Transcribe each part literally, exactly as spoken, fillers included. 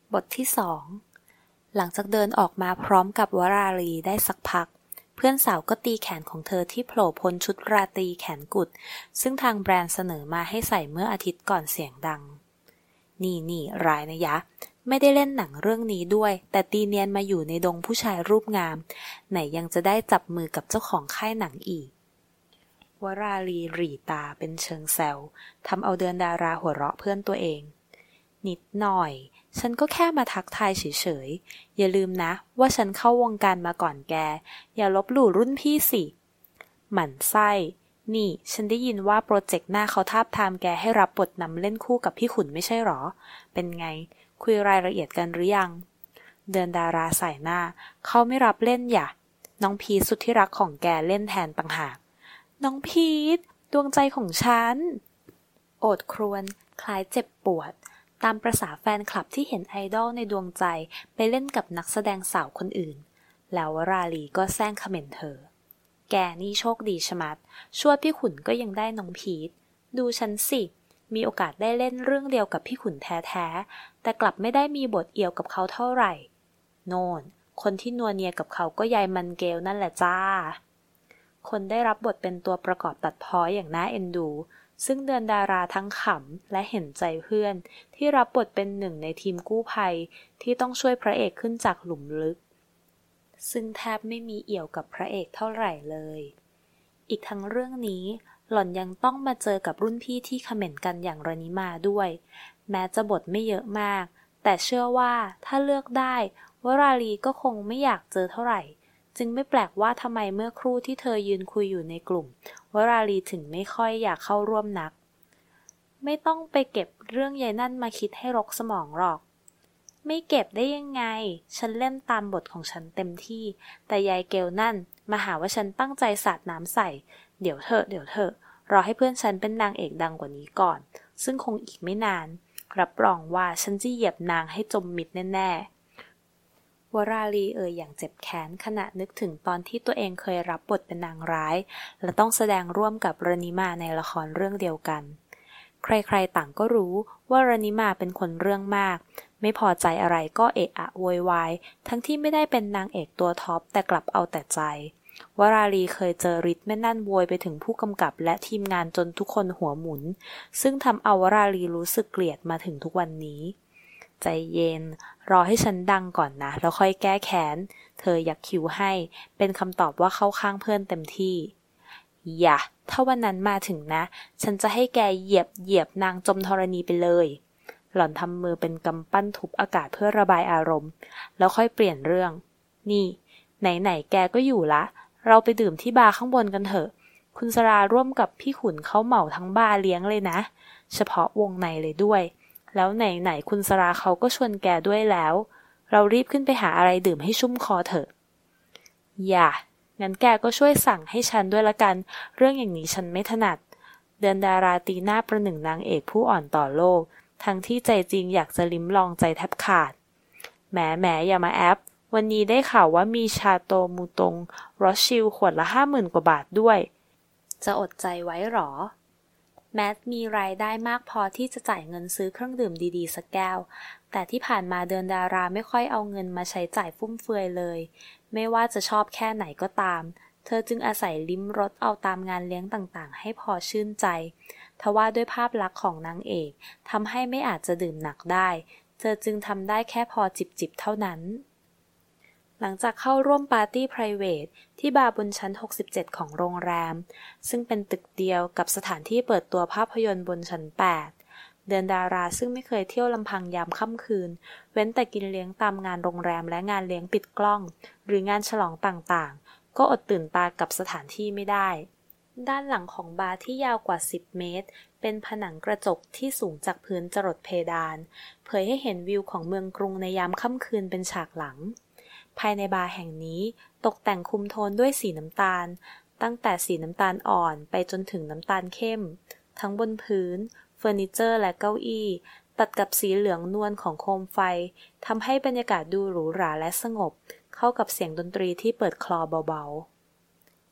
บทที่สองหลังจากเดินออกมาพร้อมกับวราลีได้สักพักเพื่อนสาวก็ตีแขนของเธอที่โผล่พ้นชุดราตรีแขนกุดซึ่งทางแบรนด์เสนอมาให้ใส่เมื่ออาทิตย์ก่อนเสียงดังนี่นี่ร้ายนะยะไม่ได้เล่นหนังเรื่องนี้ด้วยแต่ตีเนียนมาอยู่ในดงผู้ชายรูปงามไหนยังจะได้จับมือกับเจ้าของค่ายหนังอีกวราลีหรี่ตาเป็นเชิงแซวทำเอาเดือนดาราหัวเราะเพื่อนตัวเองนิดหน่อยฉันก็แค่มาทักทายเฉยๆอย่าลืมนะว่าฉันเข้าวงการมาก่อนแกอย่าลบหลู่รุ่นพี่สิหมั่นไส้นี่ฉันได้ยินว่าโปรเจกต์หน้าเขาทาบทามแกให้รับบทนำเล่นคู่กับพี่ขุนไม่ใช่หรอเป็นไงคุยรายละเอียดกันหรือยังเดือนดาราใส่หน้าเขาไม่รับเล่นอย่าน้องพีทสุดที่รักของแกเล่นแทนต่างหากน้องพีทดวงใจของฉันโอดครวญคล้ายเจ็บปวดตามประสาแฟนคลับที่เห็นไอดอลในดวงใจไปเล่นกับนักแสดงสาวคนอื่นแล้ววราลีก็แซงคอมเมนต์เธอแกนี่โชคดีชะมัดช่วยพี่ขุนก็ยังได้น้องพีทดูฉันสิมีโอกาสได้เล่นเรื่องเดียวกับพี่ขุนแท้ๆแต่กลับไม่ได้มีบทเอี่ยวกับเขาเท่าไหร่โน่นคนที่นัวเนียกับเขาก็ยายมันเกลนั่นแหละจ้าคนได้รับบทเป็นตัวประกอบตัดพ้ออย่างน่าเอ็นดูซึ่งเดือนดาราทั้งขำและเห็นใจเพื่อนที่รับบทเป็นหนึ่งในทีมกู้ภัยที่ต้องช่วยพระเอกขึ้นจากหลุมลึกซึ่งแทบไม่มีเอี่ยวกับพระเอกเท่าไหร่เลยอีกทั้งเรื่องนี้หล่อนยังต้องมาเจอกับรุ่นพี่ที่คอมเมนต์กันอย่างรณิมาด้วยแม้จะบทไม่เยอะมากแต่เชื่อว่าถ้าเลือกได้วราลีก็คงไม่อยากเจอเท่าไหร่จึงไม่แปลกว่าทำไมเมื่อครู่ที่เธอยืนคุยอยู่ในกลุ่มวราลีถึงไม่ค่อยอยากเข้าร่วมนักไม่ต้องไปเก็บเรื่องยายนั่นมาคิดให้รกสมองหรอกไม่เก็บได้ยังไงฉันเล่นตามบทของฉันเต็มที่แต่ยายเกลนั่นมาหาว่าฉันตั้งใจสาดน้ำใส่เดี๋ยวเถอะเดี๋ยวเถอะรอให้เพื่อนฉันเป็นนางเอกดังกว่านี้ก่อนซึ่งคงอีกไม่นานรับรองว่าฉันจะเหยียบนางให้จมมิดแน่ๆวราลีเอ่ยอย่างเจ็บแค้นขณะนึกถึงตอนที่ตัวเองเคยรับบทเป็นนางร้ายและต้องแสดงร่วมกับรณิมาในละครเรื่องเดียวกันใครๆต่างก็รู้ว่ารณิมาเป็นคนเรื่องมากไม่พอใจอะไรก็เอะอะโวยวายทั้งที่ไม่ได้เป็นนางเอกตัวท็อปแต่กลับเอาแต่ใจวราลีเคยเจอฤทธิ์แม่นั่นโวยไปถึงผู้กำกับและทีมงานจนทุกคนหัวหมุนซึ่งทำเอาวราลีรู้สึกเกลียดมาถึงทุกวันนี้ใจเย็นรอให้ฉันดังก่อนนะแล้วค่อยแก้แค้นเธออยากคิวให้เป็นคำตอบว่าเข้าข้างเพื่อนเต็มที่อย่าถ้าวันนั้นมาถึงนะฉันจะให้แกเหยียบเหยียบนางจมธรณีไปเลยหล่อนทำมือเป็นกำปั้นทุบอากาศเพื่อระบายอารมณ์แล้วค่อยเปลี่ยนเรื่องนี่ไหนๆแกก็อยู่ละเราไปดื่มที่บาร์ข้างบนกันเถอะคุณสราร่วมกับพี่ขุนเขาเหมาทั้งบาร์เลี้ยงเลยนะเฉพาะวงในเลยด้วยแล้วไหนๆคุณสราเขาก็ชวนแกด้วยแล้วเรารีบขึ้นไปหาอะไรดื่มให้ชุ่มคอเถอะอย่างั้นแกก็ช่วยสั่งให้ฉันด้วยละกันเรื่องอย่างนี้ฉันไม่ถนัดเดือนดาราตีหน้าประหนึ่งนางเอกผู้อ่อนต่อโลกทั้งที่ใจจริงอยากจะลิ้มลองใจแทบขาดแหมแหมอย่ามาแอปวันนี้ได้ข่าวว่ามีชาโตมูตงรอสชิลขวดละห้าหมื่นกว่าบาทด้วยจะอดใจไว้หรอแมทมีรายได้มากพอที่จะจ่ายเงินซื้อเครื่องดื่มดีๆสักแก้วแต่ที่ผ่านมาเดือนดาราไม่ค่อยเอาเงินมาใช้จ่ายฟุ่มเฟือยเลยไม่ว่าจะชอบแค่ไหนก็ตามเธอจึงอาศัยลิ้มรสเอาตามงานเลี้ยงต่างๆให้พอชื่นใจทว่าด้วยภาพลักษณ์ของนางเอกทำให้ไม่อาจจะดื่มหนักได้เธอจึงทำได้แค่พอจิบๆเท่านั้นหลังจากเข้าร่วมปาร์ตี้ไพรเวทที่บาร์บนชั้นหกสิบเจ็ดของโรงแรมซึ่งเป็นตึกเดียวกับสถานที่เปิดตัวภาพยนตร์บนชั้นแปดเดือนดาราซึ่งไม่เคยเที่ยวลำพังยามค่ำคืนเว้นแต่กินเลี้ยงตามงานโรงแรมและงานเลี้ยงปิดกล้องหรืองานฉลองต่างๆก็อดตื่นตากับสถานที่ไม่ได้ด้านหลังของบาร์ที่ยาวกว่าสิบเมตรเป็นผนังกระจกที่สูงจากพื้นจรดเพดานเผยให้เห็นวิวของเมืองกรุงในยามค่ำคืนเป็นฉากหลังภายในบาร์แห่งนี้ตกแต่งคุมโทนด้วยสีน้ำตาลตั้งแต่สีน้ำตาลอ่อนไปจนถึงน้ำตาลเข้มทั้งบนพื้นเฟอร์นิเจอร์และเก้าอี้ตัดกับสีเหลืองนวลของโคมไฟทำให้บรรยากาศดูหรูหราและสงบเข้ากับเสียงดนตรีที่เปิดคลอเบาๆ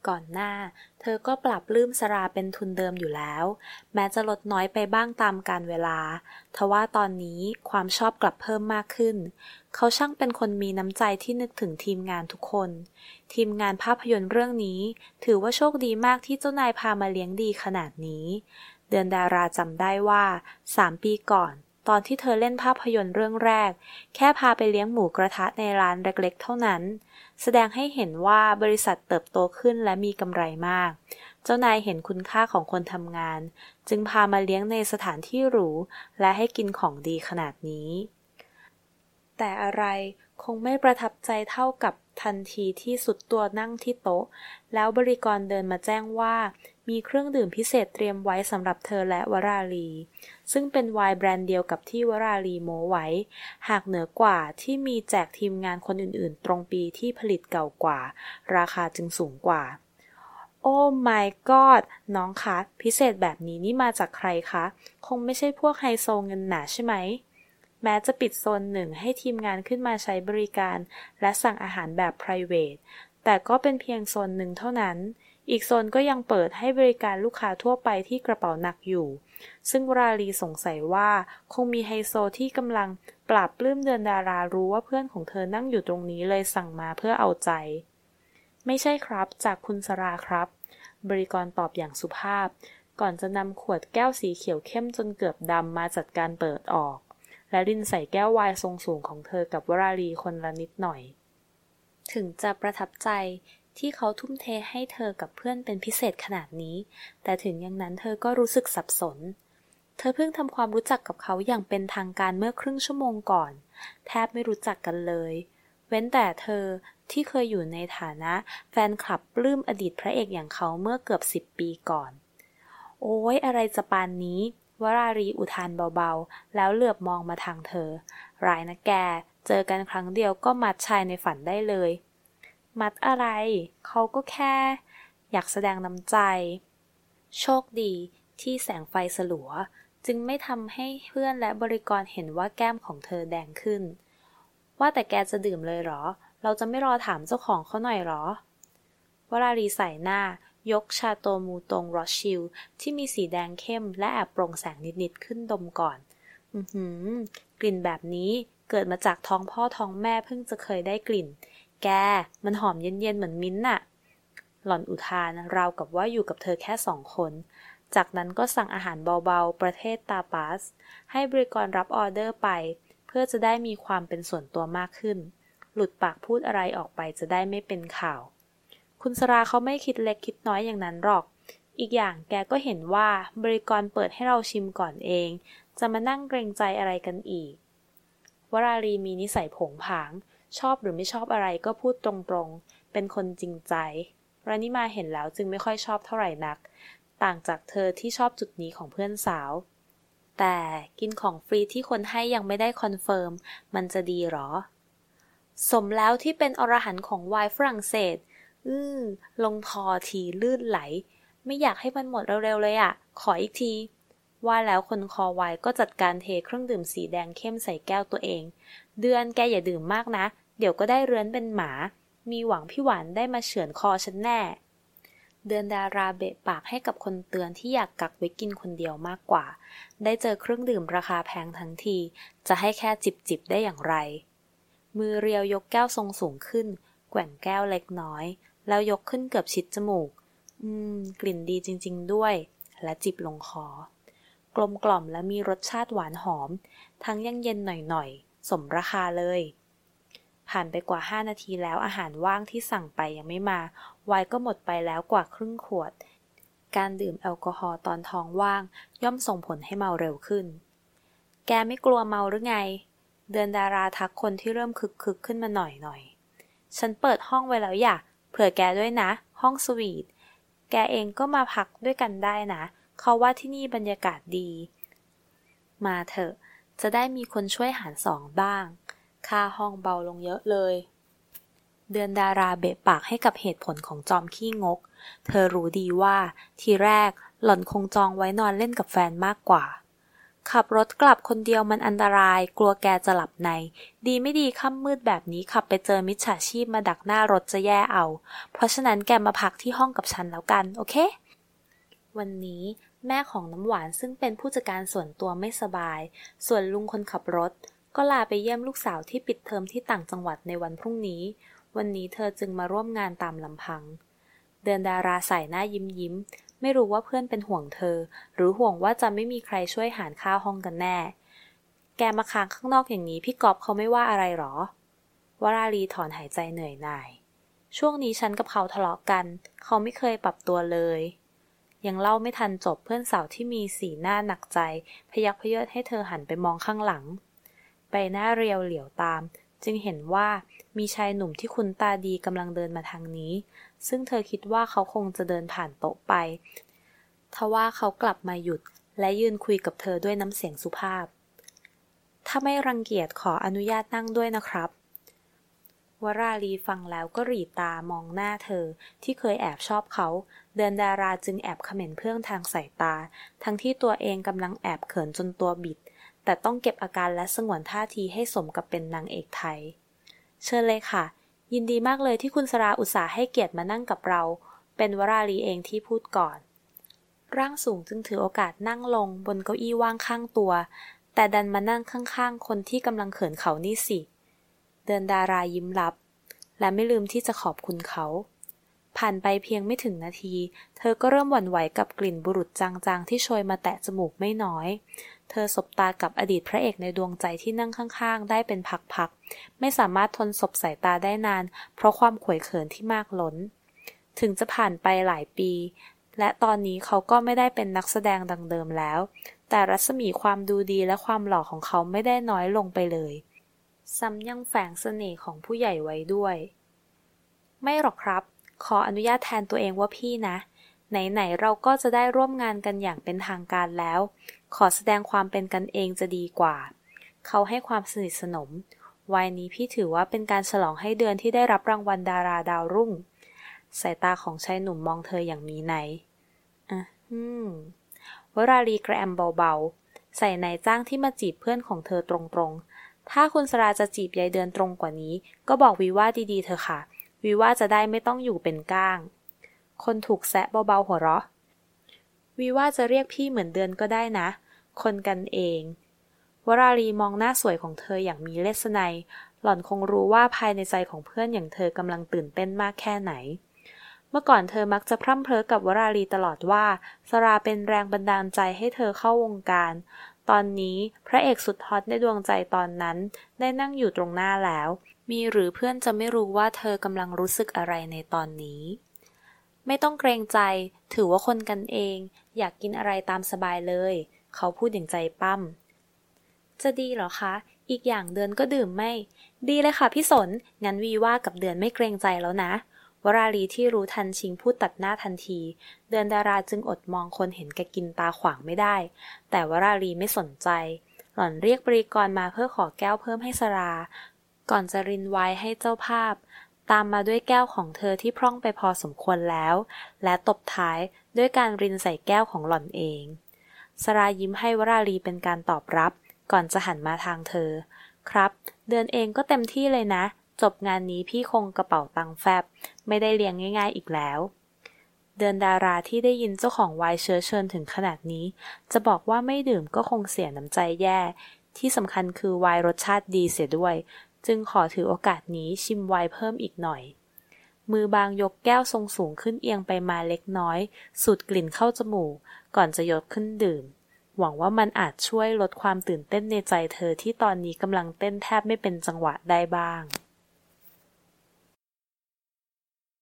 ก่อนหน้าเธอก็ปรับปลื้มสราเป็นทุนเดิมอยู่แล้วแม้จะลดน้อยไปบ้างตามกาลเวลาทว่าตอนนี้ความชอบกลับเพิ่มมากขึ้นเขาช่างเป็นคนมีน้ำใจที่นึกถึงทีมงานทุกคนทีมงานภาพยนตร์เรื่องนี้ถือว่าโชคดีมากที่เจ้านายพามาเลี้ยงดีขนาดนี้เดือนดาราจำได้ว่าสามปีก่อนตอนที่เธอเล่นภาพยนตร์เรื่องแรกแค่พาไปเลี้ยงหมูกระทะในร้านเล็กๆเท่านั้นแสดงให้เห็นว่าบริษัทเติบโตขึ้นและมีกำไรมากเจ้านายเห็นคุณค่าของคนทำงานจึงพามาเลี้ยงในสถานที่หรูและให้กินของดีขนาดนี้แต่อะไรคงไม่ประทับใจเท่ากับทันทีที่สุดตัวนั่งที่โต๊ะแล้วบริกรเดินมาแจ้งว่ามีเครื่องดื่มพิเศษเตรียมไว้สำหรับเธอและวราลีซึ่งเป็นไวน์แบรนด์เดียวกับที่วราลีโม้ไว้หากเหนือกว่าที่มีแจกทีมงานคนอื่นๆตรงปีที่ผลิตเก่ากว่าราคาจึงสูงกว่าโอ้ my god น้องคะพิเศษแบบนี้นี่มาจากใครคะคงไม่ใช่พวกไฮโซเงินหนาใช่ไหมแม้จะปิดโซนหนึ่งให้ทีมงานขึ้นมาใช้บริการและสั่งอาหารแบบ private แต่ก็เป็นเพียงโซนหนึ่งเท่านั้นอีกโซนก็ยังเปิดให้บริการลูกค้าทั่วไปที่กระเป๋าหนักอยู่ซึ่งวราลีสงสัยว่าคงมีไฮโซที่กำลังปราบปลื้มเดือนดารารู้ว่าเพื่อนของเธอนั่งอยู่ตรงนี้เลยสั่งมาเพื่อเอาใจไม่ใช่ครับจากคุณสราครับบริกรตอบอย่างสุภาพก่อนจะนำขวดแก้วสีเขียวเข้มจนเกือบดำมาจัดการเปิดออกและรินใส่แก้วไวน์ทรงสูงของเธอกับวราลีคนละนิดหน่อยถึงจะประทับใจที่เขาทุ่มเทให้เธอกับเพื่อนเป็นพิเศษขนาดนี้แต่ถึงอย่างนั้นเธอก็รู้สึกสับสนเธอเพิ่งทำความรู้จักกับเขาอย่างเป็นทางการเมื่อครึ่งชั่วโมงก่อนแทบไม่รู้จักกันเลยเว้นแต่เธอที่เคยอยู่ในฐานะแฟนคลับปลื้มอดีตพระเอกอย่างเขาเมื่อเกือบสิบปีก่อนโอ้ยอะไรจะปานนี้วราลีอุทานเบาๆแล้วเหลือบมองมาทางเธอร้ายนะแกเจอกันครั้งเดียวก็มัดชายในฝันได้เลยมัดอะไรเขาก็แค่อยากแสดงน้ำใจโชคดีที่แสงไฟสลัวจึงไม่ทำให้เพื่อนและบริกรเห็นว่าแก้มของเธอแดงขึ้นว่าแต่แกจะดื่มเลยเหรอเราจะไม่รอถามเจ้าของเขาหน่อยเหรอวราลีใส่หน้ายกชาโตมูตงรอสชิลที่มีสีแดงเข้มและแอบโปร่งแสงนิดๆขึ้นดมก่อนอือหือกลิ่นแบบนี้เกิดมาจากท้องพ่อท้องแม่เพิ่งจะเคยได้กลิ่นแกมันหอมเย็นๆเหมือนมิ้นท์น่ะหล่อนอุทานราวกับว่าอยู่กับเธอแค่สองคนจากนั้นก็สั่งอาหารเบาๆประเภทตาปาสให้บริกรรับออเดอร์ไปเพื่อจะได้มีความเป็นส่วนตัวมากขึ้นหลุดปากพูดอะไรออกไปจะได้ไม่เป็นข่าวคุณสราเขาไม่คิดเล็กคิดน้อยอย่างนั้นหรอกอีกอย่างแกก็เห็นว่าบริกรเปิดให้เราชิมก่อนเองจะมานั่งเกรงใจอะไรกันอีกวราลีมีนิสัยผงผางชอบหรือไม่ชอบอะไรก็พูดตรงๆเป็นคนจริงใจรานิมาเห็นแล้วจึงไม่ค่อยชอบเท่าไหร่นักต่างจากเธอที่ชอบจุดนี้ของเพื่อนสาวแต่กินของฟรีที่คนให้ยังไม่ได้คอนเฟิร์มมันจะดีหรอสมแล้วที่เป็นอรหันต์ของไวน์ฝรั่งเศสอือลงคอทีลื่นไหลไม่อยากให้มันหมดเร็วๆเลยอ่ะขออีกทีว่าแล้วคนคอไวน์ก็จัดการเทเครื่องดื่มสีแดงเข้มใส่แก้วตัวเองเดือนแกอย่าดื่มมากนะเดี๋ยวก็ได้เรื้อนเป็นหมามีหวังพี่หวานได้มาเฉือนคอฉันแน่เดือนดาราเบะปากให้กับคนเตือนที่อยากกักไว้กินคนเดียวมากกว่าได้เจอเครื่องดื่มราคาแพงทั้งทีจะให้แค่จิบๆได้อย่างไรมือเรียวยกแก้วทรงสูงขึ้นแกว่งแก้วเล็กน้อยแล้วยกขึ้นเกือบชิดจมูกอืมกลิ่นดีจริงๆด้วยและจิบลงคอกลมกล่อมและมีรสชาติหวานหอมทั้งยังเย็นหน่อยๆสมราคาเลยผ่านไปกว่าห้านาทีแล้วอาหารว่างที่สั่งไปยังไม่มาไวน์ก็หมดไปแล้วกว่าครึ่งขวดการดื่มแอลกอฮอล์ตอนท้องว่างย่อมส่งผลให้เมาเร็วขึ้นแกไม่กลัวเมาหรือไงเดือนดาราทักคนที่เริ่มคึกๆขึ้นมาหน่อยๆฉันเปิดห้องไว้แล้วอย่าเผื่อแกด้วยนะห้องสวีทแกเองก็มาพักด้วยกันได้นะเขาว่าที่นี่บรรยากาศดีมาเถอะจะได้มีคนช่วยหารสองบ้างค่าห้องเบาลงเยอะเลยเดือนดาราเบะปากให้กับเหตุผลของจอมขี้งกเธอรู้ดีว่าทีแรกหล่อนคงจองไว้นอนเล่นกับแฟนมากกว่าขับรถกลับคนเดียวมันอันตรายกลัวแกจะหลับในดีไม่ดีค่ำมืดแบบนี้ขับไปเจอมิจฉาชีพมาดักหน้ารถจะแย่เอาเพราะฉะนั้นแกมาพักที่ห้องกับฉันแล้วกันโอเควันนี้แม่ของน้ำหวานซึ่งเป็นผู้จัดการส่วนตัวไม่สบายส่วนลุงคนขับรถก็ลาไปเยี่ยมลูกสาวที่ปิดเทอมที่ต่างจังหวัดในวันพรุ่งนี้วันนี้เธอจึงมาร่วมงานตามลำพังเดือนดาราใส่หน้ายิ้มยิ้มไม่รู้ว่าเพื่อนเป็นห่วงเธอหรือห่วงว่าจะไม่มีใครช่วยหารค่าห้องกันแน่แกมาค้างข้างนอกอย่างนี้พี่ก๊อฟเขาไม่ว่าอะไรหรอวราลีถอนหายใจเหนื่อยหน่ายช่วงนี้ฉันกับเขาทะเลาะกันเขาไม่เคยปรับตัวเลยยังเล่าไม่ทันจบเพื่อนสาวที่มีสีหน้าหนักใจพยักพเยิดให้เธอหันไปมองข้างหลังใบหน้าเรียวเหลียวตามจึงเห็นว่ามีชายหนุ่มที่คุ้นตาดีกำลังเดินมาทางนี้ซึ่งเธอคิดว่าเขาคงจะเดินผ่านโต๊ะไปทว่าเขากลับมาหยุดและยืนคุยกับเธอด้วยน้ำเสียงสุภาพถ้าไม่รังเกียจขออนุญาตนั่งด้วยนะครับวราลีฟังแล้วก็หรี่ตามองหน้าเธอที่เคยแอบชอบเขาเดือนดาราจึงแอบเขม่นเพื่องทางสายตาทั้งที่ตัวเองกำลังแอบเขินจนตัวบิดแต่ต้องเก็บอาการและสงวนท่าทีให้สมกับเป็นนางเอกไทยเชิญเลยค่ะยินดีมากเลยที่คุณสราอุตส่าห์ให้เกียรติมานั่งกับเราเป็นวราลีเองที่พูดก่อนร่างสูงจึงถือโอกาสนั่งลงบนเก้าอี้ว่างข้างตัวแต่ดันมานั่งข้างๆคนที่กำลังเขินเขานี่สิเดือนดารายิ้มรับและไม่ลืมที่จะขอบคุณเขาผ่านไปเพียงไม่ถึงนาทีเธอก็เริ่มหวั่นไหวกับกลิ่นบุรุษจางๆที่โชยมาแตะจมูกไม่น้อยเธอสบตากับอดีตพระเอกในดวงใจที่นั่งข้างๆได้เป็นพักๆไม่สามารถทนสบสายตาได้นานเพราะความขวยเขินที่มากล้นถึงจะผ่านไปหลายปีและตอนนี้เขาก็ไม่ได้เป็นนักแสดงดังเดิมแล้วแต่รัศมีความดูดีและความหล่อของเขาไม่ได้น้อยลงไปเลยซ้ำยังแฝงเสน่ห์ของผู้ใหญ่ไว้ด้วยไม่หรอกครับขออนุญาตแทนตัวเองว่าพี่นะไหนๆเราก็จะได้ร่วมงานกันอย่างเป็นทางการแล้วขอแสดงความเป็นกันเองจะดีกว่าเขาให้ความสนิทสนมวัยนี้พี่ถือว่าเป็นการฉลองให้เดือนที่ได้รับรางวัลดาราดาวรุ่งสายตาของชายหนุ่มมองเธออย่างมีนัยอ่ะฮึมวราลีกระแอมเบาๆใส่นายจ้างที่มาจีบเพื่อนของเธอตรงๆถ้าคุณสราจะจีบยายเดือนตรงกว่านี้ก็บอกวิว่าดีๆเธอค่ะวิว่าจะได้ไม่ต้องอยู่เป็นก้างคนถูกแซะเบาๆหัวเราะวิว่าจะเรียกพี่เหมือนเดือนก็ได้นะคนกันเองวราลีมองหน้าสวยของเธออย่างมีเลสไนหล่อนคงรู้ว่าภายในใจของเพื่อนอย่างเธอกำลังตื่นเต้นมากแค่ไหนเมื่อก่อนเธอมักจะพร่ำเพ้อกับวราลีตลอดว่าสราเป็นแรงบันดาลใจให้เธอเข้าวงการตอนนี้พระเอกสุดฮอตในดวงใจตอนนั้นได้นั่งอยู่ตรงหน้าแล้วมีหรือเพื่อนจะไม่รู้ว่าเธอกำลังรู้สึกอะไรในตอนนี้ไม่ต้องเกรงใจถือว่าคนกันเองอยากกินอะไรตามสบายเลยเขาพูดอย่างใจปั้มจะดีเหรอคะอีกอย่างเดือนก็ดื่มไม่ดีเลยค่ะพี่สนงั้นวีว่ากับเดือนไม่เกรงใจแล้วนะวราลีที่รู้ทันชิงพูดตัดหน้าทันทีเดือนดาราจึงอดมองคนเห็นแกกินตาขวางไม่ได้แต่วราลีไม่สนใจหล่อนเรียกบริกรมาเพื่อขอแก้วเพิ่มให้สราก่อนจะรินไวน์ให้เจ้าภาพตามมาด้วยแก้วของเธอที่พร่องไปพอสมควรแล้วและตบท้ายด้วยการรินใส่แก้วของหล่อนเองสรายิ้มให้วราลีเป็นการตอบรับก่อนจะหันมาทางเธอครับเดือนเองก็เต็มที่เลยนะจบงานนี้พี่คงกระเป๋าตังค์แฟบไม่ได้เลี้ยงง่ายๆอีกแล้วเดือนดาราที่ได้ยินเจ้าของไวน์เชื้อเชิญถึงขนาดนี้จะบอกว่าไม่ดื่มก็คงเสียน้ำใจแย่ที่สำคัญคือไวน์รสชาติดีเสียด้วยจึงขอถือโอกาสนี้ชิมไวน์เพิ่มอีกหน่อยมือบางยกแก้วทรงสูงขึ้นเอียงไปมาเล็กน้อยสูดกลิ่นเข้าจมูกก่อนจะยกขึ้นดื่มหวังว่ามันอาจช่วยลดความตื่นเต้นในใจเธอที่ตอนนี้กำลังเต้นแทบไม่เป็นจังหวะได้บ้าง